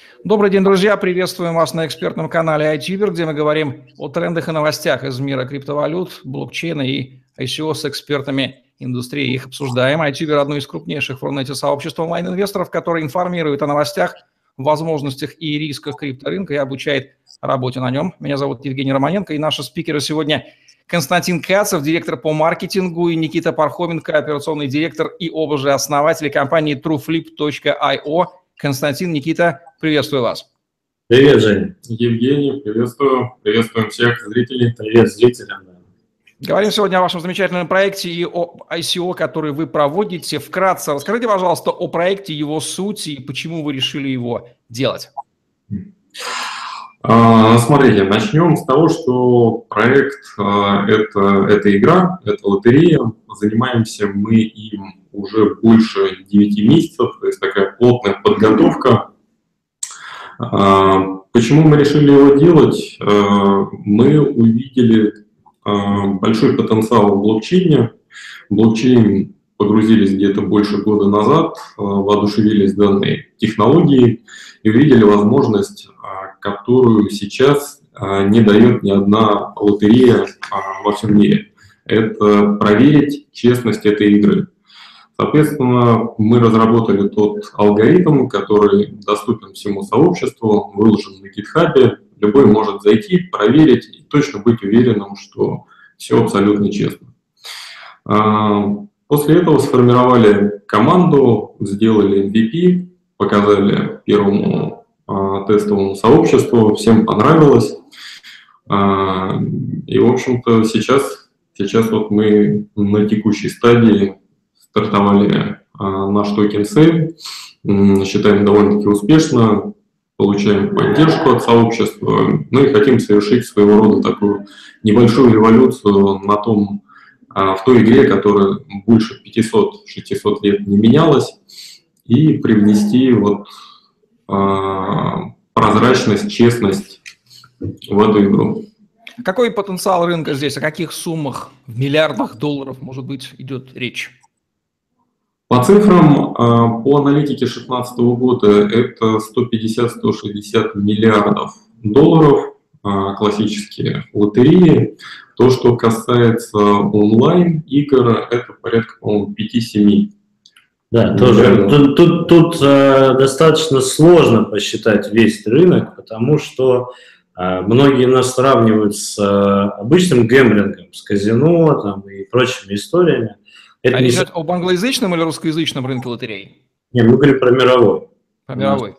Добрый день, друзья! Приветствуем вас на экспертном канале iTuber, где мы говорим о трендах и новостях из мира криптовалют, блокчейна и ICO с экспертами индустрии. Их обсуждаем. iTuber – одно из крупнейших в Рунете сообществ онлайн-инвесторов, которое информирует о новостях, возможностях и рисках крипторынка и обучает работе на нем. Меня зовут Евгений Романенко, и наши спикеры сегодня Константин Кацев, директор по маркетингу, и Никита Пархоменко, операционный директор и оба же основатели компании TrueFlip.io. Константин, Никита, приветствую вас. Привет, Жень. Евгений, приветствую. Приветствуем всех зрителей. Привет зрителям. Говорим сегодня о вашем замечательном проекте и о ICO, который вы проводите. Вкратце расскажите, пожалуйста, о проекте, его сути и почему вы решили его делать. Смотрите, начнем с того, что проект это игра, это лотерея. Занимаемся мы им уже больше 9 месяцев, то есть такая плотная подготовка. Почему мы решили его делать? Мы увидели большой потенциал в блокчейне. В блокчейн погрузились где-то больше года назад, воодушевились данной технологией и увидели возможность, которую сейчас не дает ни одна лотерея во всем мире. Это проверить честность этой игры. Соответственно, мы разработали тот алгоритм, который доступен всему сообществу, выложен на GitHub. Любой может зайти, проверить и точно быть уверенным, что все абсолютно честно. После этого сформировали команду, сделали MVP, показали первому тестовому сообществу, всем понравилось. И, в общем-то, сейчас вот мы на текущей стадии стартовали наш токен сейл, считаем довольно-таки успешно, получаем поддержку от сообщества, ну и хотим совершить своего рода такую небольшую революцию в той игре, которая больше 500-600 лет не менялась, и привнести вот прозрачность, честность в эту игру. Какой потенциал рынка здесь? О каких суммах в миллиардах долларов, может быть, идет речь? По цифрам, по аналитике 2016 года, это 150-160 миллиардов долларов, классические лотереи. То, что касается онлайн-игр, это порядка, по-моему, 5-7. Да, тоже. Тут достаточно сложно посчитать весь рынок, потому что многие нас сравнивают с обычным гэмблингом, с казино там, и прочими историями. Это речь идет об англоязычном или русскоязычном рынке лотерей? Нет, мы говорим про мировой. Про мировой.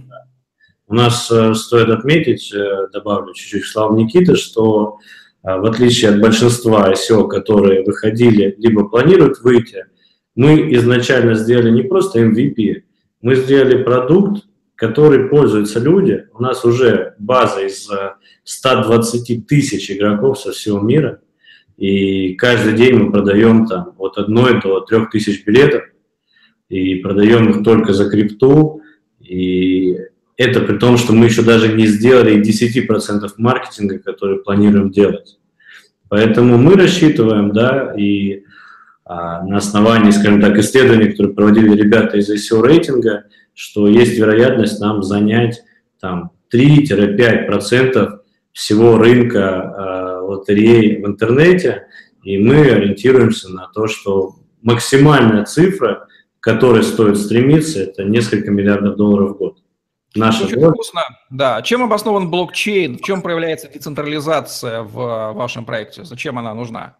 У нас стоит отметить, добавлю чуть-чуть слова Никиты, что в отличие от большинства ICO, которые выходили, либо планируют выйти, мы изначально сделали не просто MVP, мы сделали продукт, который пользуются люди. У нас уже база из 120 тысяч игроков со всего мира. И каждый день мы продаем там от 1 до 3 тысяч билетов, и продаем их только за крипту, и это при том, что мы еще даже не сделали 10% маркетинга, который планируем делать. Поэтому мы рассчитываем, да, и на основании, скажем так, исследований, которые проводили ребята из ICO рейтинга, что есть вероятность нам занять там 3-5% всего рынка лотерей в интернете, и мы ориентируемся на то, что максимальная цифра, к которой стоит стремиться, это несколько миллиардов долларов в год. Очень вкусно. Да. Чем обоснован блокчейн? В чем проявляется децентрализация в вашем проекте? Зачем она нужна?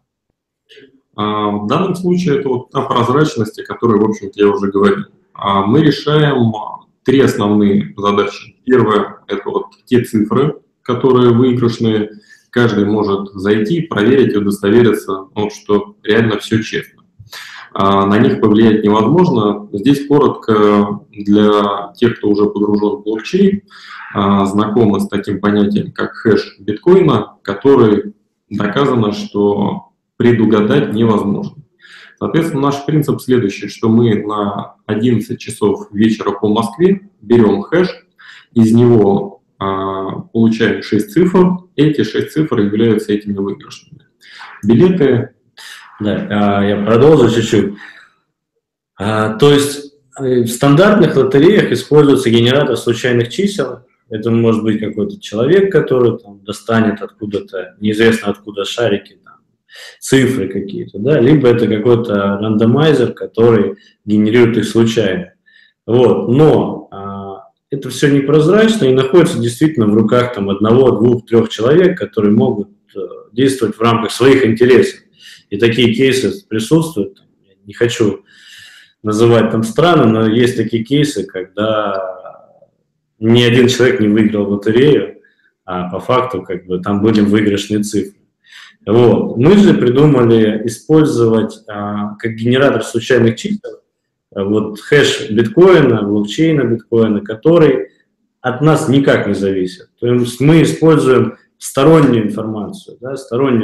В данном случае это вот та прозрачность, о которой, в общем-то, я уже говорил. Мы решаем 3 основные задачи. Первое – это вот те цифры, которые выигрышные. Каждый может зайти, проверить и удостовериться, что реально все честно. На них повлиять невозможно. Здесь коротко для тех, кто уже погружен в блокчейн, знакомы с таким понятием, как хэш биткоина, который доказано, что предугадать невозможно. Соответственно, наш принцип следующий, что мы на 11 часов вечера по Москве берем хэш, из него получаем 6 цифр, эти 6 цифр являются этими выигрышными. Билеты... Да, я продолжу чуть-чуть. То есть В стандартных лотереях используется генератор случайных чисел. Это может быть какой-то человек, который там достанет откуда-то, неизвестно откуда, шарики, там, цифры какие-то, да, либо это какой-то рандомайзер, который генерирует их случайно. Вот. Но это все непрозрачно и находится действительно в руках там, 1, 2, 3 человек, которые могут действовать в рамках своих интересов. И такие кейсы присутствуют. Я не хочу называть там страны, но есть такие кейсы, когда ни один человек не выиграл лотерею, а по факту как бы там были выигрышные цифры. Вот. Мы же придумали использовать как генератор случайных чисел вот хэш биткоина, блокчейна биткоина, который от нас никак не зависит. То есть мы используем стороннюю информацию, да, стороннюю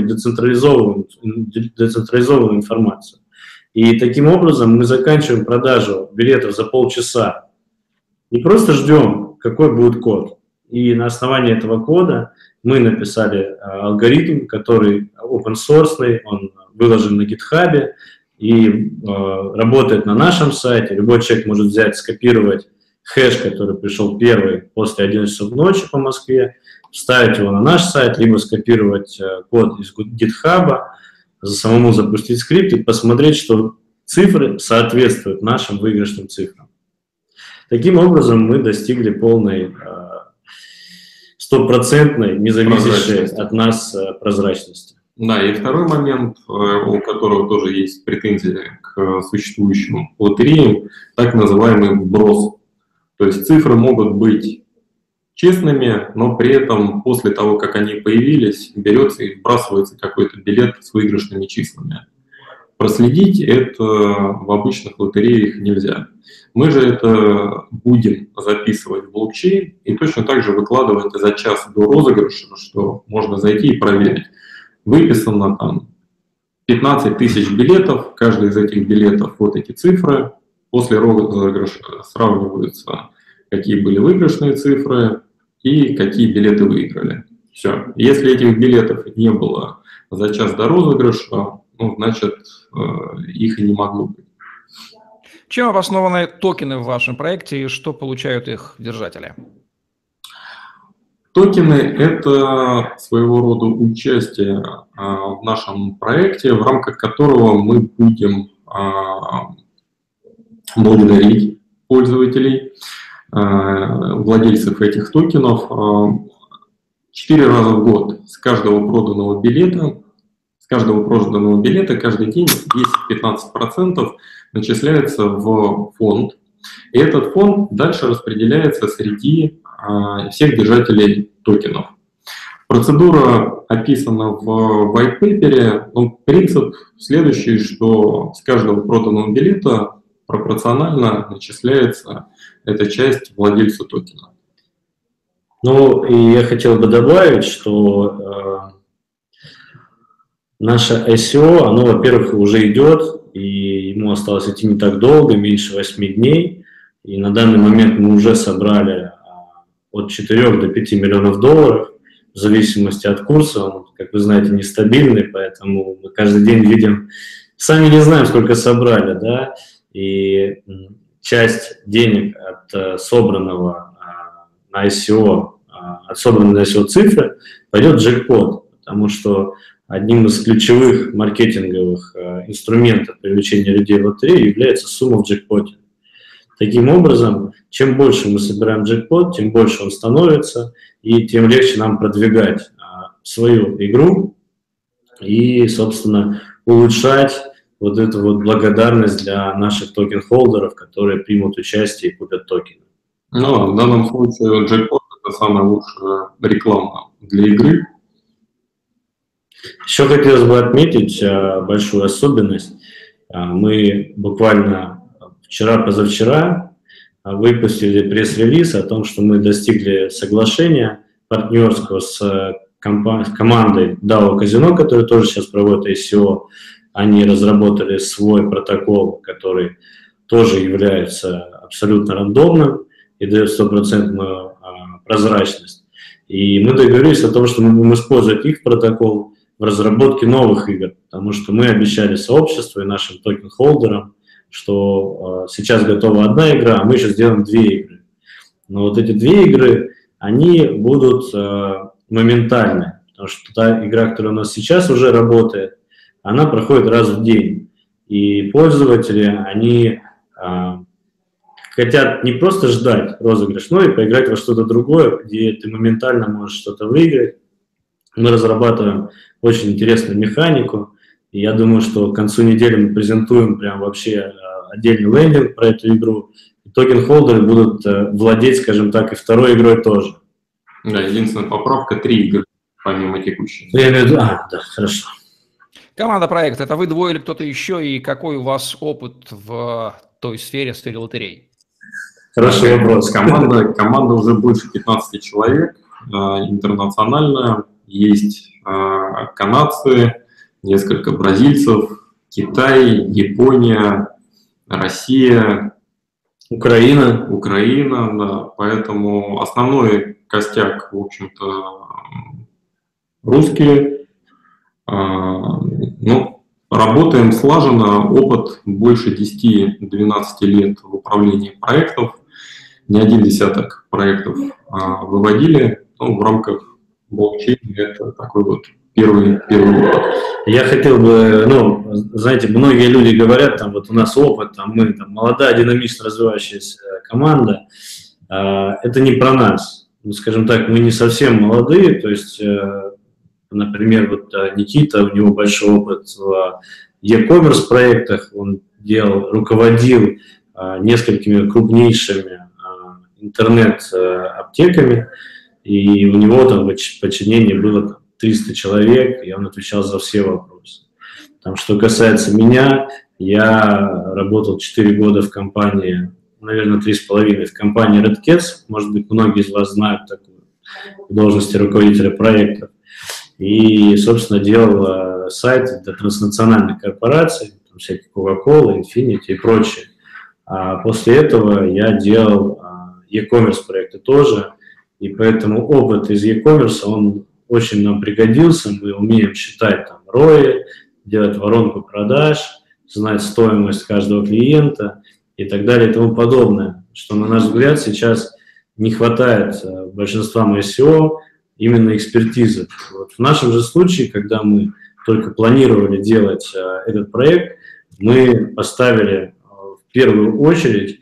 децентрализованную информацию. И таким образом мы заканчиваем продажу билетов за полчаса. Не просто ждем, какой будет код. И на основании этого кода мы написали алгоритм, который open-source, он выложен на GitHub и работает на нашем сайте. Любой человек может взять, скопировать хэш, который пришел первый после 11 часов ночи по Москве, вставить его на наш сайт, либо скопировать код из GitHub, самому запустить скрипт и посмотреть, что цифры соответствуют нашим выигрышным цифрам. Таким образом мы достигли полной, стопроцентной, независящей от нас прозрачности. Да, и второй момент, у которого тоже есть претензии к существующим лотереям, так называемый вброс. То есть цифры могут быть честными, но при этом после того, как они появились, берется и вбрасывается какой-то билет с выигрышными числами. Проследить это в обычных лотереях нельзя. Мы же это будем записывать в блокчейн и точно так же выкладывать за час до розыгрыша, что можно зайти и проверить. Выписано там 15 тысяч билетов, каждый из этих билетов вот эти цифры. После розыгрыша сравниваются, какие были выигрышные цифры и какие билеты выиграли. Все. Если этих билетов не было за час до розыгрыша, ну, значит, их и не могло быть. Чем обоснованы токены в вашем проекте и что получают их держатели? Токены – это своего рода участие в нашем проекте, в рамках которого мы будем благодарить пользователей, владельцев этих токенов 4 раза в год с каждого проданного билета. С каждого проданного билета каждый день 10-15% начисляется в фонд. И этот фонд дальше распределяется среди всех держателей токенов. Процедура описана в white paper. Принцип следующий, что с каждого проданного билета пропорционально начисляется эта часть владельцу токена. Ну, и я хотел бы добавить, что наше ICO, оно, во-первых, уже идет, и ему осталось идти не так долго, меньше 8 дней. И на данный момент мы уже собрали от 4 до 5 миллионов долларов, в зависимости от курса. Он, как вы знаете, нестабильный, поэтому мы каждый день видим, сами не знаем, сколько собрали, да, и часть денег от собранного на ICO, от собранной на ICO цифры пойдет в джекпот, потому что одним из ключевых маркетинговых инструментов привлечения людей в лотерею является сумма в джекпоте. Таким образом, чем больше мы собираем джекпот, тем больше он становится, и тем легче нам продвигать свою игру и, собственно, улучшать вот эту вот благодарность для наших токен-холдеров, которые примут участие и купят токены. Ну, в данном случае джекпот – это самая лучшая реклама для игры. Еще хотелось бы отметить большую особенность. Мы буквально вчера-позавчера выпустили пресс-релиз о том, что мы достигли соглашения партнерского с командой DAO Casino, которая тоже сейчас проводит ICO. Они разработали свой протокол, который тоже является абсолютно рандомным и дает стопроцентную прозрачность. И мы договорились о том, что мы будем использовать их протокол в разработке новых игр, потому что мы обещали сообществу и нашим токен-холдерам что сейчас готова одна игра, а мы еще сделаем 2 игры. Но вот эти 2 игры, они будут моментальны, потому что та игра, которая у нас сейчас уже работает, она проходит раз в день. И пользователи, они хотят не просто ждать розыгрыш, но и поиграть во что-то другое, где ты моментально можешь что-то выиграть. Мы разрабатываем очень интересную механику, и я думаю, что к концу недели мы презентуем прям вообще отдельный лендинг про эту игру. Токен-холдеры будут владеть, скажем так, и второй игрой тоже. Да, единственная поправка — 3 игры, помимо текущей. Я имею в виду, да, хорошо. Команда проекта, это вы двое или кто-то еще, и какой у вас опыт в той сфере лотерей? Хороший вопрос. Команда уже больше 15 человек, интернациональная. Есть канадцы, несколько бразильцев, Китай, Япония, Россия, Украина, да. Поэтому основной костяк, в общем-то, русские. Работаем слаженно, опыт больше 10-12 лет в управлении проектов. Не один десяток проектов выводили, в рамках блокчейна. Это такой вот первый опыт. Я хотел бы, знаете, многие люди говорят, вот у нас опыт, мы молодая, динамично развивающаяся команда. Это не про нас. Скажем так, мы не совсем молодые, то есть, например, Никита, у него большой опыт в e-commerce проектах, он руководил несколькими крупнейшими интернет-аптеками, и у него в подчинении было 300 человек, и он отвечал за все вопросы. Что касается меня, я работал 4 года в компании, наверное, 3,5 в компании Red Cats, может быть, многие из вас знают такую должность руководителя проектов, и, собственно, делал сайт для транснациональных корпораций, всякие Coca-Cola, Infinity и прочее. А после этого я делал e-commerce проекты тоже, и поэтому опыт из e-commerce, он очень нам пригодился. Мы умеем считать ROI, делать воронку продаж, знать стоимость каждого клиента и так далее и тому подобное, что, на наш взгляд, сейчас не хватает большинствам SEO именно экспертизы. В нашем же случае, когда мы только планировали делать этот проект, мы поставили в первую очередь,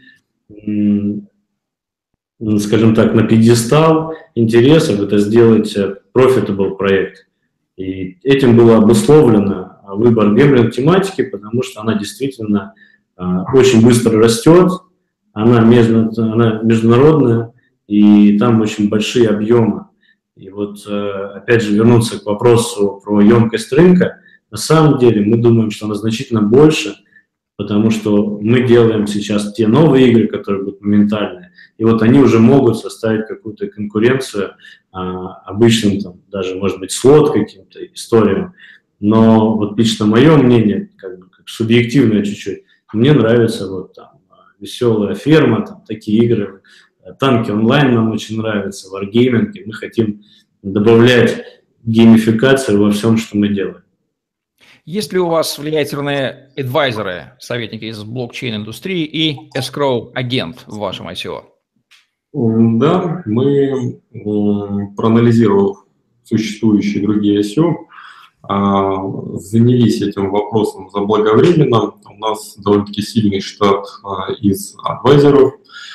скажем так, на пьедестал интересов это сделать profitable проект. И этим было обусловлено выбор гэмблинг тематики, потому что она действительно очень быстро растет, она международная, и там очень большие объемы. И опять же, вернуться к вопросу про емкость рынка, на самом деле мы думаем, что она значительно больше, потому что мы делаем сейчас те новые игры, которые будут моментальные, и они уже могут составить какую-то конкуренцию обычным, даже, может быть, слот каким-то историям. Но лично мое мнение, как субъективное чуть-чуть, мне нравится «Веселая ферма», такие игры, «Танки онлайн» нам очень нравятся, Wargaming, и мы хотим добавлять геймификацию во всем, что мы делаем. Есть ли у вас влиятельные адвайзеры, советники из блокчейн-индустрии и escrow-агент в вашем ICO? Да, мы, проанализировав существующие другие ICO, занялись этим вопросом заблаговременно. У нас довольно-таки сильный штат из адвайзеров.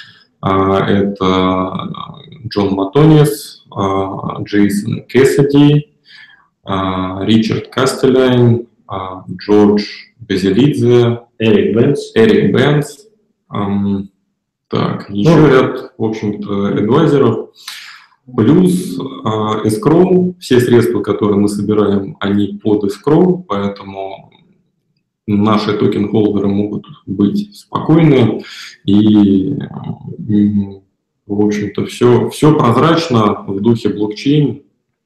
Это Джон Матонис, Джейсон Кэссиди, Ричард Кастелайн, Джордж Безелидзе, Эрик Бенц. Еще ряд, в общем-то, адвайзеров. Плюс escrow, все средства, которые мы собираем, они под escrow, поэтому наши токен-холдеры могут быть спокойны. И, в общем-то, все прозрачно в духе блокчейн.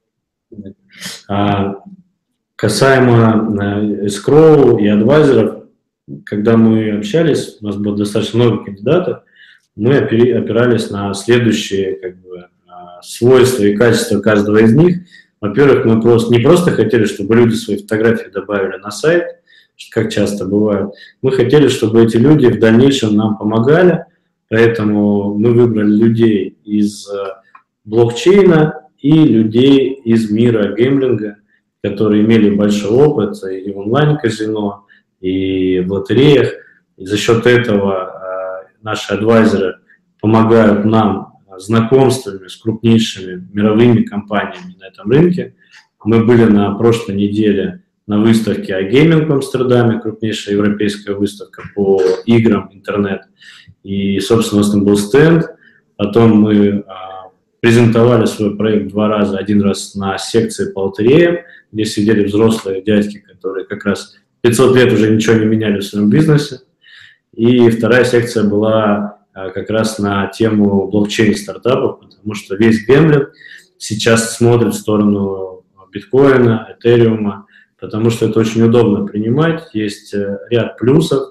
Касаемо escrow и адвайзеров, когда мы общались, у нас было достаточно много кандидатов, мы опирались на следующие свойства и качества каждого из них. Во-первых, мы не просто хотели, чтобы люди свои фотографии добавили на сайт, как часто бывает. Мы хотели, чтобы эти люди в дальнейшем нам помогали, поэтому мы выбрали людей из блокчейна и людей из мира гэмблинга, которые имели большой опыт и в онлайн-казино, и в лотереях. И за счет этого наши адвайзеры помогают нам знакомствами с крупнейшими мировыми компаниями на этом рынке. Мы были на прошлой неделе на выставке iGaming в Амстердаме, крупнейшая европейская выставка по играм, интернет. И, собственно, у нас там был стенд. Потом мы презентовали свой проект 2 раза. 1 раз на секции по лотереям, где сидели взрослые дядьки, которые как раз 500 лет уже ничего не меняли в своем бизнесе. И 2-я секция была как раз на тему блокчейн-стартапов, потому что весь гэмблинг сейчас смотрит в сторону биткоина, этериума, потому что это очень удобно принимать, есть ряд плюсов,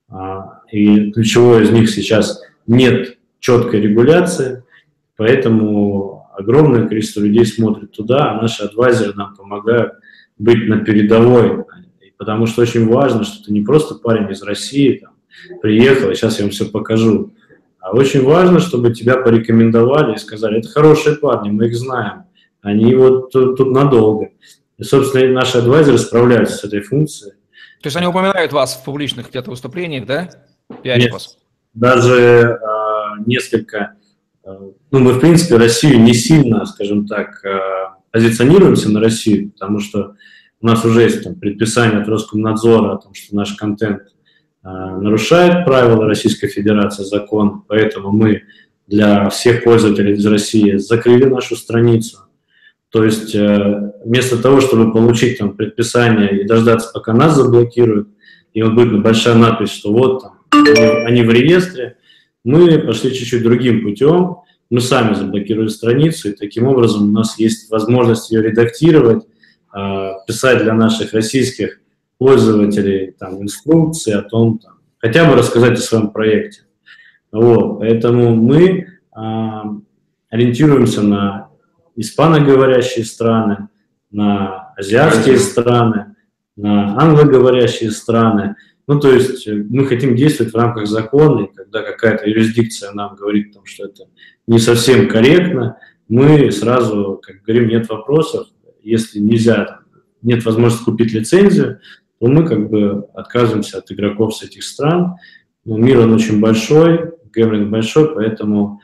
и ключевое из них сейчас нет четкой регуляции, поэтому огромное количество людей смотрит туда, а наши адвайзеры нам помогают быть на передовой, потому что очень важно, что ты не просто парень из России, там, приехал, и сейчас я вам все покажу. А очень важно, чтобы тебя порекомендовали и сказали, это хорошие парни, мы их знаем, они вот тут надолго. И, собственно, наши адвайзеры справляются с этой функцией. То есть они упоминают вас в публичных где-то выступлениях, да? Пиарят вас? Даже несколько... мы, в принципе, Россию не сильно, скажем так, позиционируемся на Россию, потому что у нас уже есть там предписание от Роскомнадзора о том, что наш контент нарушает правила Российской Федерации, закон, поэтому мы для всех пользователей из России закрыли нашу страницу. То есть вместо того, чтобы получить там предписание и дождаться, пока нас заблокируют, и вот будет большая надпись, что вот там, они в реестре, мы пошли чуть-чуть другим путем, мы сами заблокировали страницу, и таким образом у нас есть возможность ее редактировать, писать для наших российских пользователей там, инструкции о том, там, хотя бы рассказать о своем проекте. Вот, поэтому мы ориентируемся на испаноговорящие страны, на азиатские страны, на англоговорящие страны. Ну, то есть мы хотим действовать в рамках закона, и когда какая-то юрисдикция нам говорит, о том, что это не совсем корректно, мы сразу, как говорим, нет вопросов. Если нельзя, нет возможности купить лицензию, то мы как бы отказываемся от игроков с этих стран. Но мир, он очень большой, гэмблинг большой, поэтому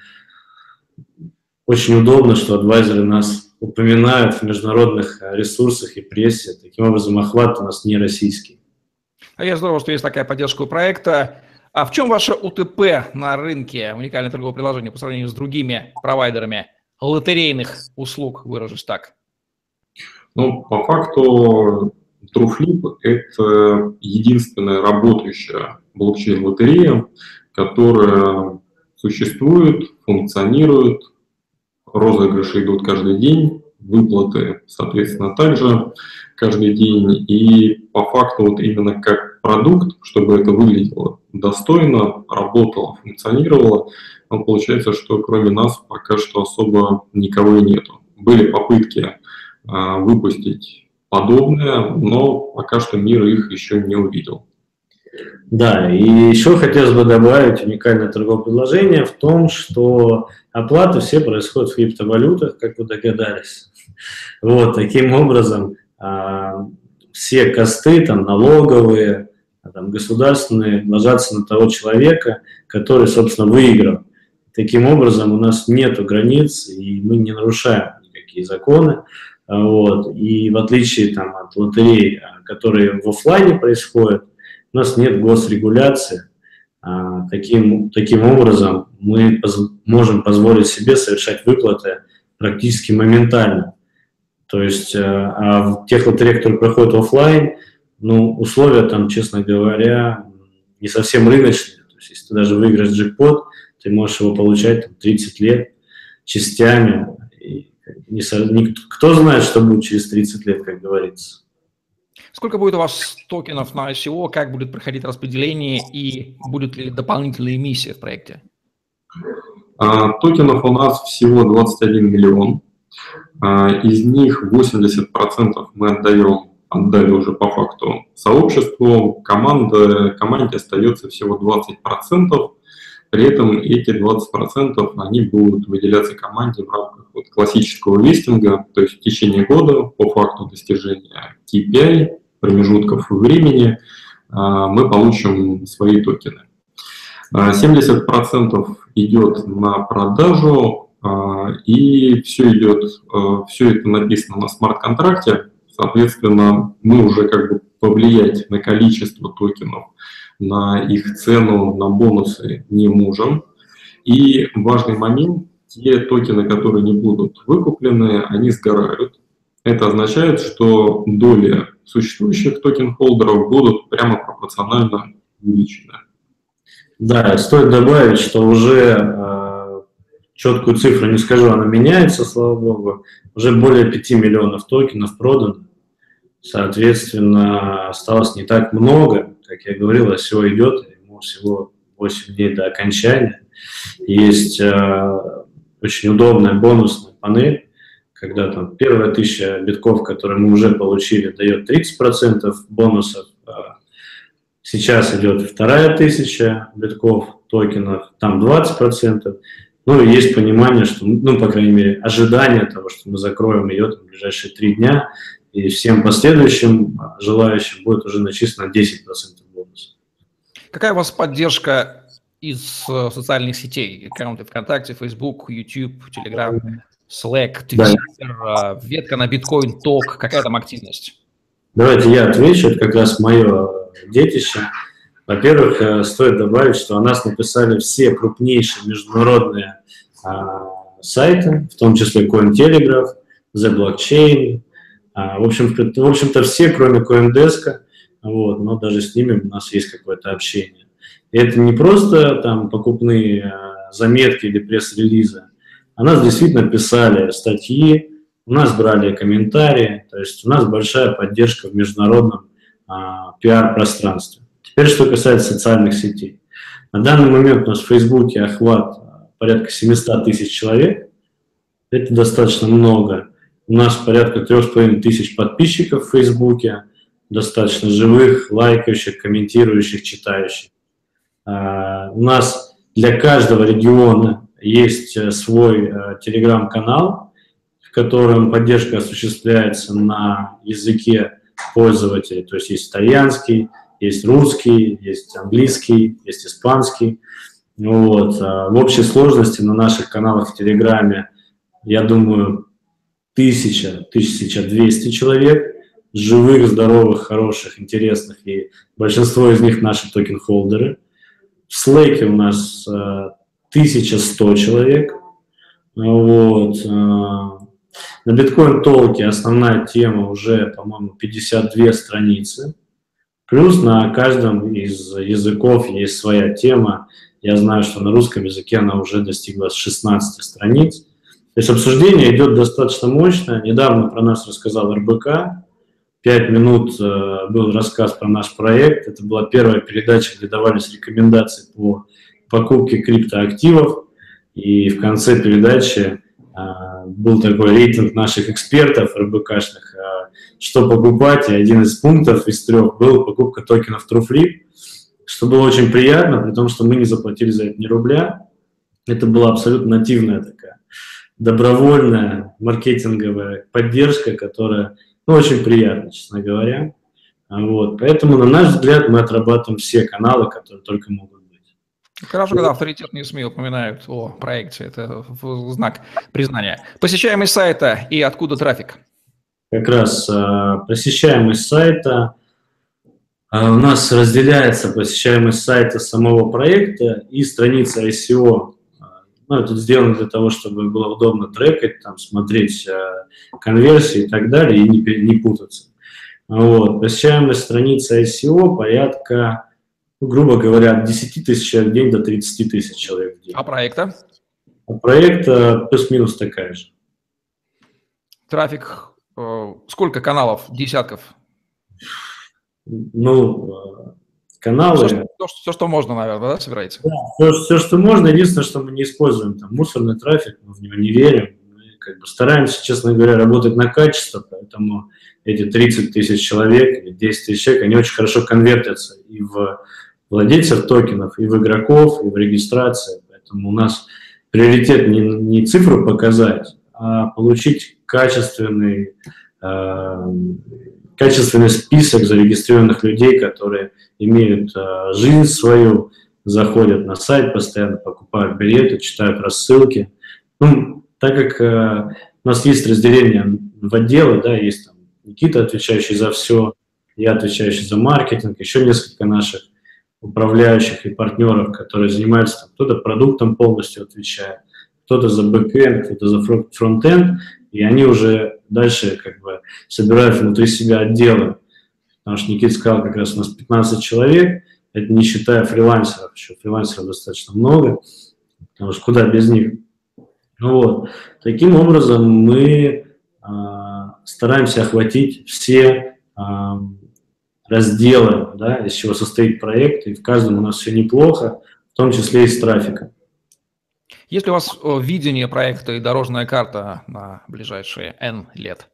очень удобно, что адвайзеры нас упоминают в международных ресурсах и прессе. Таким образом, охват у нас не российский. Здорово, что есть такая поддержка у проекта. А в чем ваше УТП на рынке, уникальное торговое приложение по сравнению с другими провайдерами лотерейных услуг, выражусь так? Ну, по факту Trueflip – это единственная работающая блокчейн-лотерея, которая существует, функционирует, розыгрыши идут каждый день, выплаты, соответственно, также каждый день. И по факту вот именно как продукт, чтобы это выглядело достойно, работало, функционировало, но получается, что кроме нас пока что особо никого и нету. Были попытки выпустить подобное, но пока что мир их еще не увидел. Да, и еще хотелось бы добавить уникальное торговое предложение в том, что оплаты все происходят в криптовалютах, как вы догадались. Вот, таким образом, все косты, там, налоговые, там, государственные, ложатся на того человека, который, собственно, выиграл. Таким образом, у нас нет границ, и мы не нарушаем никакие законы. Вот. И в отличие там, от лотерей, которые в офлайне происходят, у нас нет госрегуляции. Таким образом, мы можем позволить себе совершать выплаты практически моментально. То есть в тех лотереях, которые проходят офлайн, условия там, честно говоря, не совсем рыночные. То есть если ты даже выиграешь джекпот, ты можешь его получать там, 30 лет частями. Кто знает, что будет через 30 лет, как говорится. Сколько будет у вас токенов на ICO, как будет проходить распределение и будет ли дополнительная эмиссия в проекте? Токенов у нас всего 21 миллион. Из них 80% мы отдаем отдали уже по факту сообществу, команде остается всего 20%, при этом эти 20% они будут выделяться команде в рамках вот классического вестинга, то есть в течение года по факту достижения KPI, промежутков времени, мы получим свои токены. 70% идет на продажу, и все это написано на смарт-контракте. Соответственно, мы уже как бы повлиять на количество токенов, на их цену, на бонусы не можем. И важный момент, те токены, которые не будут выкуплены, они сгорают. Это означает, что доли существующих токен-холдеров будут прямо пропорционально увеличены. Да, стоит добавить, что уже четкую цифру не скажу, она меняется, слава богу, уже более 5 миллионов токенов продано. Соответственно, осталось не так много, как я говорил, ICO идет, ему всего 8 дней до окончания. Есть очень удобная бонусная панель, когда там первая 1000 битков, которые мы уже получили, дает 30% бонусов. Сейчас идет вторая 1000 битков, токенов, там 20%. Ну и есть понимание, что, ну, по крайней мере, ожидание того, что мы закроем ее в ближайшие 3 дня, и всем последующим желающим будет уже начислено 10% бонуса. Какая у вас поддержка из социальных сетей? Аккаунты ВКонтакте, Facebook, YouTube, Telegram, Slack, Twitter, да. Ветка на Bitcoin Talk. Какая там активность? Давайте я отвечу. Это как раз мое детище. Во-первых, стоит добавить, что о нас написали все крупнейшие международные сайты, в том числе Cointelegraph, The Blockchain. В общем-то, все, кроме CoinDesk, вот, но даже с ними у нас есть какое-то общение. И это не просто там покупные заметки или пресс-релизы. О нас действительно писали статьи, у нас брали комментарии, то есть у нас большая поддержка в международном пиар-пространстве. Теперь, что касается социальных сетей. На данный момент у нас в Фейсбуке охват порядка 700 тысяч человек. Это достаточно много. У нас порядка 3500 подписчиков в Фейсбуке, достаточно живых, лайкающих, комментирующих, читающих. У нас для каждого региона есть свой телеграм-канал, в котором поддержка осуществляется на языке пользователей. То есть есть итальянский, есть русский, есть английский, есть испанский. Вот. В общей сложности на наших каналах в Телеграме, я думаю, 1000-1200 человек, живых, здоровых, хороших, интересных, и большинство из них наши токен-холдеры. В Slack у нас 1100 человек. Вот. На Bitcoin Talk основная тема уже, по-моему, 52 страницы. Плюс на каждом из языков есть своя тема. Я знаю, что на русском языке она уже достигла 16 страниц. То есть обсуждение идет достаточно мощно. Недавно про нас рассказал РБК. 5 минут был рассказ про наш проект. Это была первая передача, где давались рекомендации по покупке криптоактивов. И в конце передачи был такой рейтинг наших экспертов РБКшных, что покупать. И один из пунктов из 3 был покупка токенов TrueFlip, что было очень приятно, при том, что мы не заплатили за это ни рубля. Это была абсолютно нативная такая добровольная маркетинговая поддержка, которая, ну, очень приятна, честно говоря. Вот. Поэтому, на наш взгляд, мы отрабатываем все каналы, которые только могут быть. Хорошо, когда авторитетные СМИ упоминают о проекте. Это знак признания. Посещаемость сайта и откуда трафик? Как раз посещаемость сайта. У нас разделяется посещаемость сайта самого проекта и страница ICO. Ну, это сделано для того, чтобы было удобно трекать, там, смотреть конверсии и так далее, и не путаться. Вот. Посещаемость страницы ICO порядка, ну, грубо говоря, от 10 тысяч человек в день до 30 тысяч человек в день. А проекта? А проекта плюс-минус такая же. Трафик, сколько каналов, десятков? Ну, каналы... Все, что можно, наверное, да, собираете? Да, все, что можно. Единственное, что мы не используем, там, мусорный трафик, мы в него не верим. Мы как бы стараемся, честно говоря, работать на качество, поэтому эти 30 тысяч человек или 10 тысяч человек, они очень хорошо конвертятся и в владельцев токенов, и в игроков, и в регистрации. Поэтому у нас приоритет не цифру показать, а получить качественный список зарегистрированных людей, которые имеют жизнь свою, заходят на сайт, постоянно покупают билеты, читают рассылки. Ну, так как у нас есть разделение в отделы, да, есть там Никита, отвечающий за все, я отвечающий за маркетинг, еще несколько наших управляющих и партнеров, которые занимаются, там, кто-то продуктом полностью отвечает, кто-то за бэкэнд, кто-то за фронтенд, и они уже дальше как бы собирают внутри себя отделы. Потому что Никита сказал, как раз у нас 15 человек, это не считая фрилансеров, еще фрилансеров достаточно много, потому что куда без них. Ну вот. Таким образом мы стараемся охватить все разделы, да, из чего состоит проект, и в каждом у нас все неплохо, в том числе и с трафиком. Есть ли у вас видение проекта и дорожная карта на ближайшие N лет?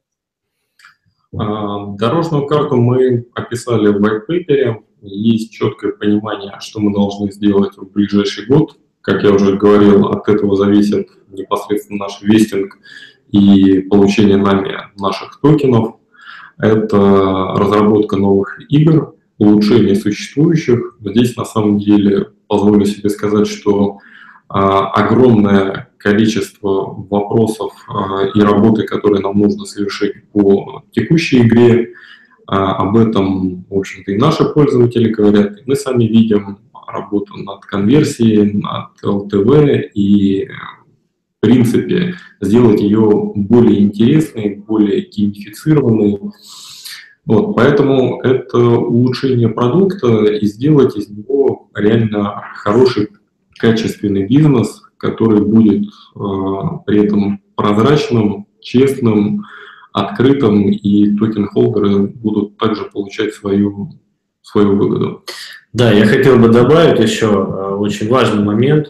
Дорожную карту мы описали в white paper. Есть четкое понимание, что мы должны сделать в ближайший год. Как я уже говорил, от этого зависит непосредственно наш вестинг и получение нами наших токенов. Это разработка новых игр, улучшение существующих. Здесь на самом деле позволю себе сказать, что огромное количество вопросов и работы, которые нам нужно совершить по текущей игре. Об этом, в общем-то, и наши пользователи говорят, и мы сами видим работу над конверсией, над ЛТВ и, в принципе, сделать ее более интересной, более геймифицированной. Вот, поэтому это улучшение продукта и сделать из него реально хороший, качественный бизнес, который будет при этом прозрачным, честным, открытым, и токен-холдеры будут также получать свою выгоду. Да, я хотел бы добавить еще очень важный момент.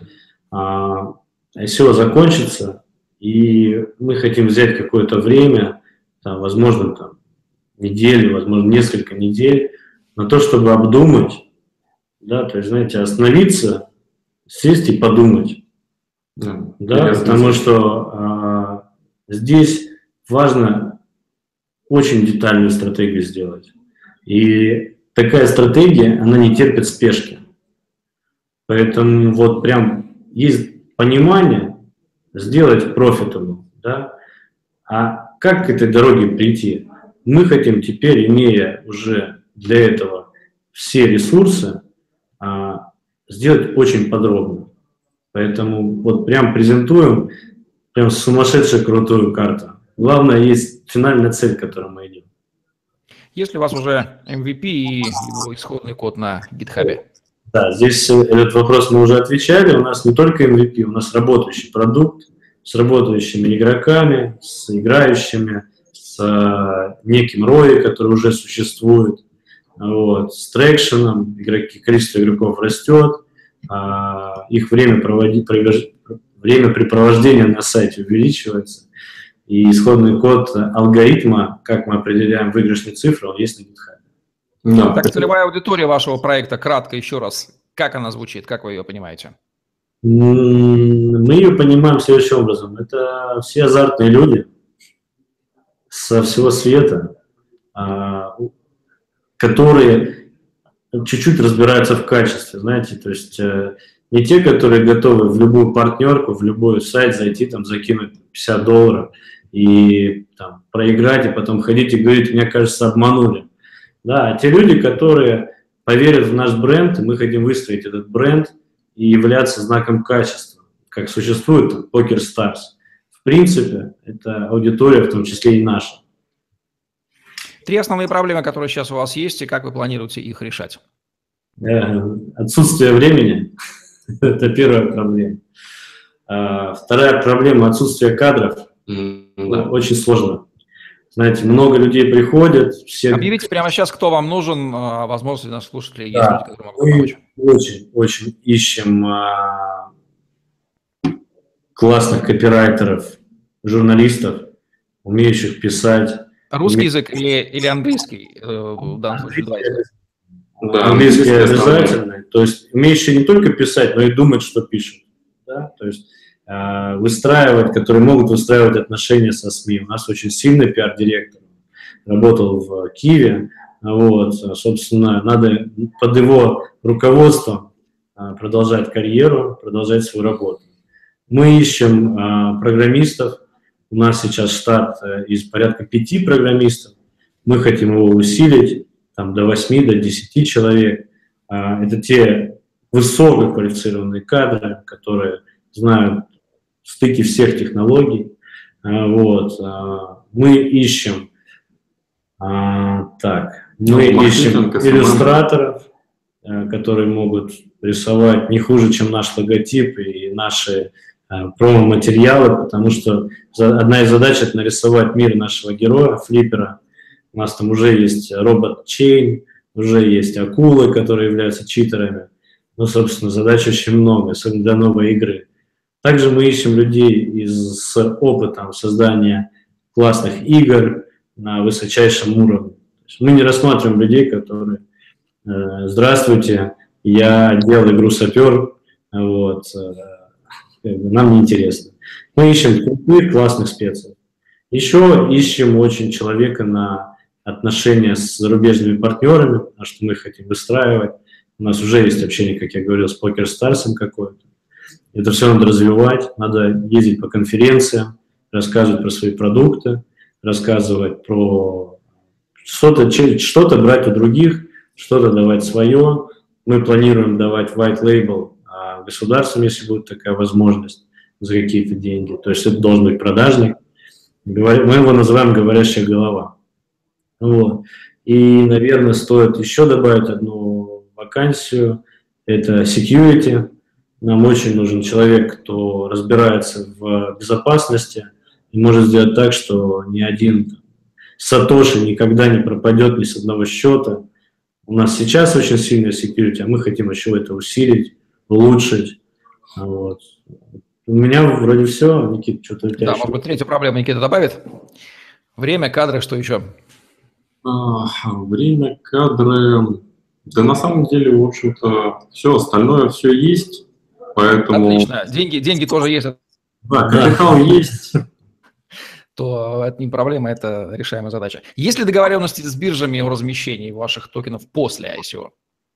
ICO закончится, и мы хотим взять какое-то время, там, возможно, там, неделю, возможно, несколько недель, на то, чтобы обдумать, да, то есть, знаете, остановиться, сесть и подумать. Да, потому что здесь важно очень детальную стратегию сделать. И такая стратегия, она не терпит спешки. Поэтому вот прям есть понимание сделать profitable, да? А как к этой дороге прийти? Мы хотим теперь, имея уже для этого все ресурсы, сделать очень подробно. Поэтому вот прям презентуем прям сумасшедшую крутую карту. Главное, есть финальная цель, к которой мы идем. Есть ли у вас уже MVP и его исходный код на GitHub? Да, здесь этот вопрос мы уже отвечали. У нас не только MVP, у нас работающий продукт с работающими игроками, с играющими, с неким ROI, который уже существует, вот, с трекшеном, количество игроков растет, их времяпрепровождения на сайте увеличивается, и исходный код алгоритма, как мы определяем выигрышные цифры, он есть на GitHub. Да. Так, целевая аудитория вашего проекта, кратко еще раз, как она звучит, как вы ее понимаете? Мы ее понимаем следующим образом. Это все азартные люди со всего света, которые чуть-чуть разбираются в качестве, знаете, то есть не те, которые готовы в любую партнерку, в любой сайт зайти, там, закинуть $50 и там, проиграть, и потом ходить и говорить, меня, кажется, обманули. Да, а те люди, которые поверят в наш бренд, и мы хотим выстроить этот бренд и являться знаком качества, как существует PokerStars. В принципе, это аудитория, в том числе и наша. 3 основные проблемы, которые сейчас у вас есть, и как вы планируете их решать? Отсутствие времени – это первая проблема. Вторая проблема – отсутствие кадров. Очень сложно. Знаете, много людей приходят. Все... Объявите прямо сейчас, кто вам нужен, возможно, наших слушателей есть люди, которые могут помочь. Очень ищем классных копирайтеров журналистов, умеющих писать. Русский язык или английский в данном случае? Да, английский обязательный. То есть умеющие не только писать, но и думать, что пишут. Да? То есть которые могут выстраивать отношения со СМИ. У нас очень сильный пиар-директор. Работал в Киеве. Вот, собственно, надо под его руководством продолжать карьеру, продолжать свою работу. Мы ищем программистов. У нас сейчас штат из порядка 5 программистов. Мы хотим его усилить там, до 8, до 10 человек. Это те высококвалифицированные кадры, которые знают стыки всех технологий. Вот. Мы ищем иллюстраторов, которые могут рисовать не хуже, чем наш логотип и наши промо-материалы, потому что одна из задач – это нарисовать мир нашего героя, флиппера. У нас там уже есть робот-чейн, уже есть акулы, которые являются читерами. Ну, собственно, задач очень много, особенно для новой игры. Также мы ищем людей с опытом создания классных игр на высочайшем уровне. Мы не рассматриваем людей, которые «Здравствуйте, я делал игру «Сапер», вот, нам не интересно». Мы ищем крутых, классных спецов. Еще ищем очень человека на отношения с зарубежными партнерами, потому что мы хотим выстраивать. У нас уже есть общение, как я говорил, с PokerStars какое-то. Это все надо развивать, надо ездить по конференциям, рассказывать про свои продукты, рассказывать про что-то брать у других, что-то давать свое. Мы планируем давать white label государствам, если будет такая возможность, за какие-то деньги. То есть это должен быть продажник. Мы его называем «говорящая голова». Вот. И, наверное, стоит еще добавить одну вакансию. Это security. Нам очень нужен человек, кто разбирается в безопасности и может сделать так, что ни один сатоши никогда не пропадет ни с одного счета. У нас сейчас очень сильная security, а мы хотим еще это усилить, улучшить. Вот. У меня вроде все. Никита, что-то у тебя может быть, третью проблему Никита добавит. Время, кадры, что еще? Время, кадры. Да на самом деле, в общем-то, все остальное все есть. Поэтому... Отлично. Деньги тоже есть. Да, капитал есть. То это не проблема, это решаемая задача. Есть ли договоренности с биржами о размещении ваших токенов после ICO?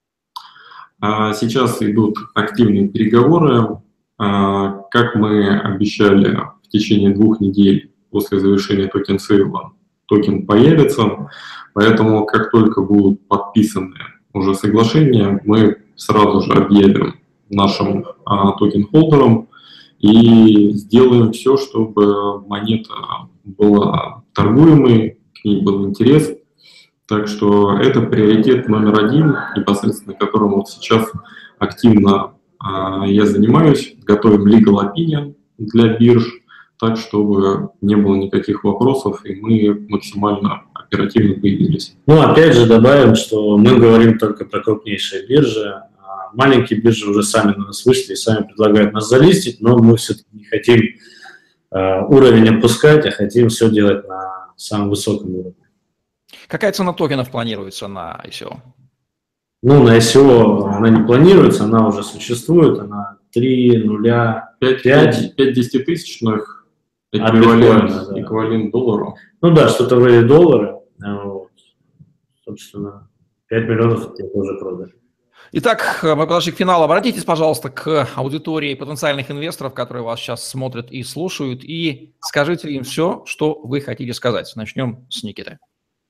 Сейчас идут активные переговоры. Как мы обещали, в течение 2 недель после завершения токен-сейла токен появится. Поэтому, как только будут подписаны уже соглашения, мы сразу же объявим нашим токен-холдерам и сделаем все, чтобы монета была торгуемой, к ней был интерес. Так что это приоритет номер 1, непосредственно которым вот сейчас активно я занимаюсь. Готовим legal opinion для бирж, так, чтобы не было никаких вопросов, и мы максимально оперативно появились. Ну, опять же, добавим, что мы говорим только про крупнейшие биржи. Маленькие биржи уже сами на нас вышли и сами предлагают нас залистить, но мы все-таки не хотим уровень опускать, а хотим все делать на самом высоком уровне. Какая цена токенов планируется на ICO? Ну, на ICO она не планируется, она уже существует, она 3, 0, 5 10-тысячных эквивалент доллару. Ну да, что-то вроде доллара. Вот. Собственно, 5 миллионов это уже продали. Итак, мы подошли к финалу. Обратитесь, пожалуйста, к аудитории потенциальных инвесторов, которые вас сейчас смотрят и слушают, и скажите им все, что вы хотите сказать. Начнем с Никиты.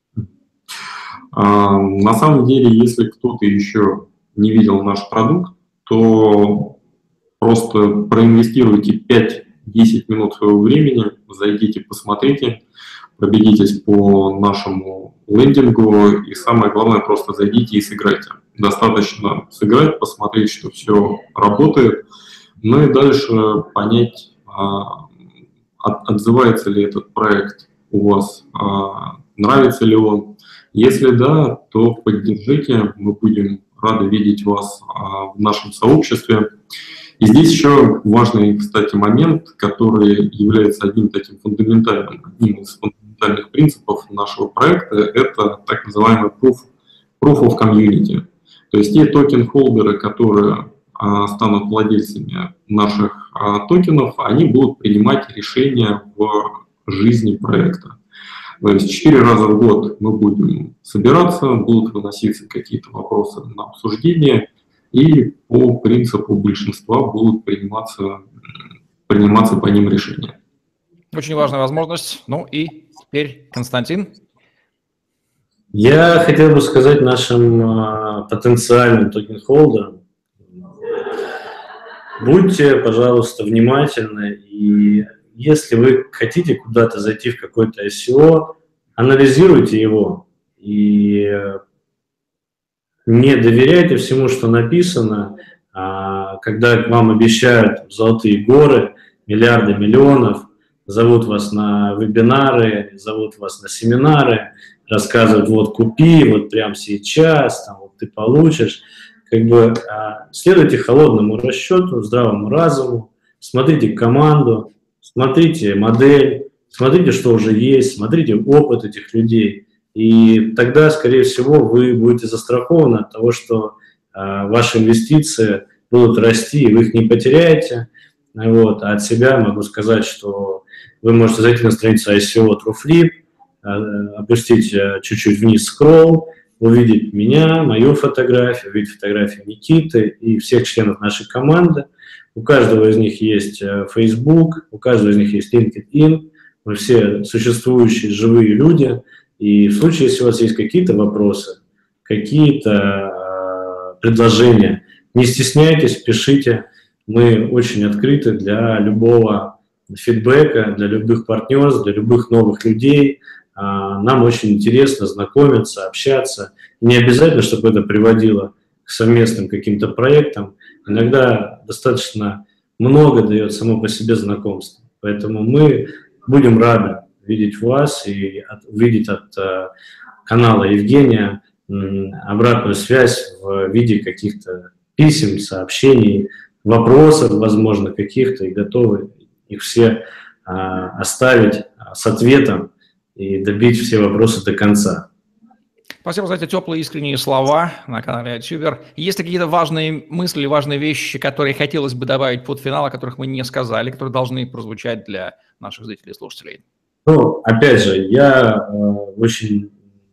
На самом деле, если кто-то еще не видел наш продукт, то просто проинвестируйте 5-10 минут своего времени, зайдите, посмотрите, пробегитесь по нашему лендингу, и самое главное, просто зайдите и сыграйте. Достаточно сыграть, посмотреть, что все работает, ну и дальше понять, отзывается ли этот проект у вас, нравится ли он. Если да, то поддержите, мы будем рады видеть вас в нашем сообществе. И здесь еще важный, кстати, момент, который является одним из фундаментальных принципов нашего проекта, это так называемый proof of community. То есть те токен-холдеры, которые станут владельцами наших токенов, они будут принимать решения в жизни проекта. То есть 4 раза в год мы будем собираться, будут выноситься какие-то вопросы на обсуждение, и по принципу большинства будут приниматься по ним решения. Очень важная возможность. Ну и теперь Константин. Я хотел бы сказать нашим потенциальным токен-холдерам, будьте, пожалуйста, внимательны, и если вы хотите куда-то зайти в какой-то ICO, анализируйте его и не доверяйте всему, что написано, когда вам обещают золотые горы, миллиарды, миллионов, зовут вас на вебинары, зовут вас на семинары, рассказывают, вот купи, вот прямо сейчас, там, вот ты получишь. Как бы следуйте холодному расчету, здравому разуму, смотрите команду, смотрите модель, смотрите, что уже есть, смотрите опыт этих людей. И тогда, скорее всего, вы будете застрахованы от того, что ваши инвестиции будут расти, и вы их не потеряете. Вот. А от себя могу сказать, что вы можете зайти на страницу ICO TrueFlip, опустить чуть-чуть вниз скролл, увидеть меня, мою фотографию, увидеть фотографию Никиты и всех членов нашей команды. У каждого из них есть Facebook, у каждого из них есть LinkedIn. Мы все существующие живые люди. И в случае, если у вас есть какие-то вопросы, какие-то предложения, не стесняйтесь, пишите. Мы очень открыты для любого фидбэка, для любых партнерств, для любых новых людей. Нам очень интересно знакомиться, общаться. Не обязательно, чтобы это приводило к совместным каким-то проектам. Иногда достаточно много дает само по себе знакомство. Поэтому мы будем рады видеть вас и увидеть от канала Евгения обратную связь в виде каких-то писем, сообщений, вопросов, возможно, каких-то, и готовы их все оставить с ответом и добить все вопросы до конца. Спасибо за эти теплые искренние слова на канале iTuber. Есть ли какие-то важные мысли, важные вещи, которые хотелось бы добавить под финал, о которых мы не сказали, которые должны прозвучать для наших зрителей и слушателей? Ну, опять же, я очень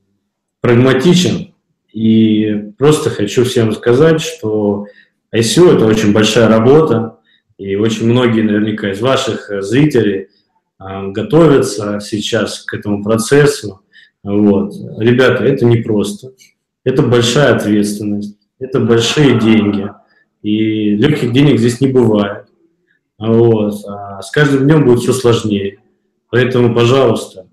прагматичен и просто хочу всем сказать, что ICO – это очень большая работа, и очень многие наверняка из ваших зрителей готовятся сейчас к этому процессу. Вот. Ребята, это непросто, это большая ответственность, это большие деньги, и легких денег здесь не бывает. Вот. С каждым днем будет все сложнее. Поэтому, пожалуйста,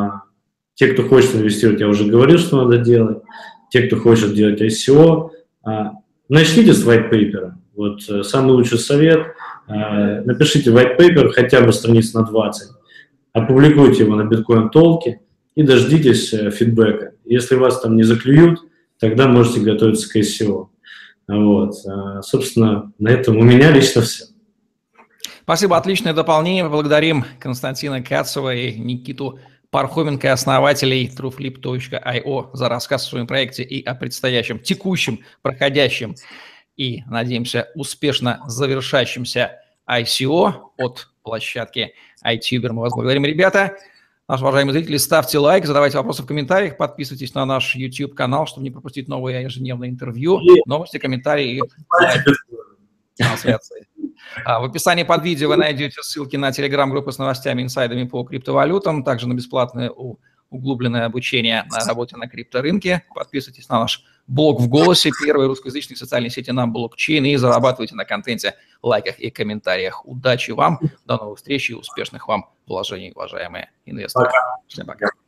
те, кто хочет инвестировать, я уже говорил, что надо делать. Те, кто хочет делать ICO, начните с white paper. Вот самый лучший совет. Напишите white paper хотя бы страниц на 20. Опубликуйте его на Bitcoin Talk и дождитесь фидбэка. Если вас там не заклюют, тогда можете готовиться к ICO. Вот. Собственно, на этом у меня лично все. Спасибо, отличное дополнение. Благодарим Константина Кацева и Никиту Пархоменко, основателей TrueFlip.io, за рассказ о своем проекте и о предстоящем, текущем, проходящем и, надеемся, успешно завершающемся ICO от площадки iTuber. Мы вас благодарим, ребята. Наши уважаемые зрители, ставьте лайк, задавайте вопросы в комментариях, подписывайтесь на наш YouTube-канал, чтобы не пропустить новые ежедневные интервью, новости, комментарии и трансляции. В описании под видео вы найдете ссылки на телеграм-группы с новостями, инсайдами по криптовалютам, также на бесплатное углубленное обучение на работе на крипторынке. Подписывайтесь на наш блог «В голосе», первой русскоязычной социальной сети на блокчейн, и зарабатывайте на контенте, лайках и комментариях. Удачи вам, до новых встреч и успешных вам вложений, уважаемые инвесторы. Пока. Всем пока.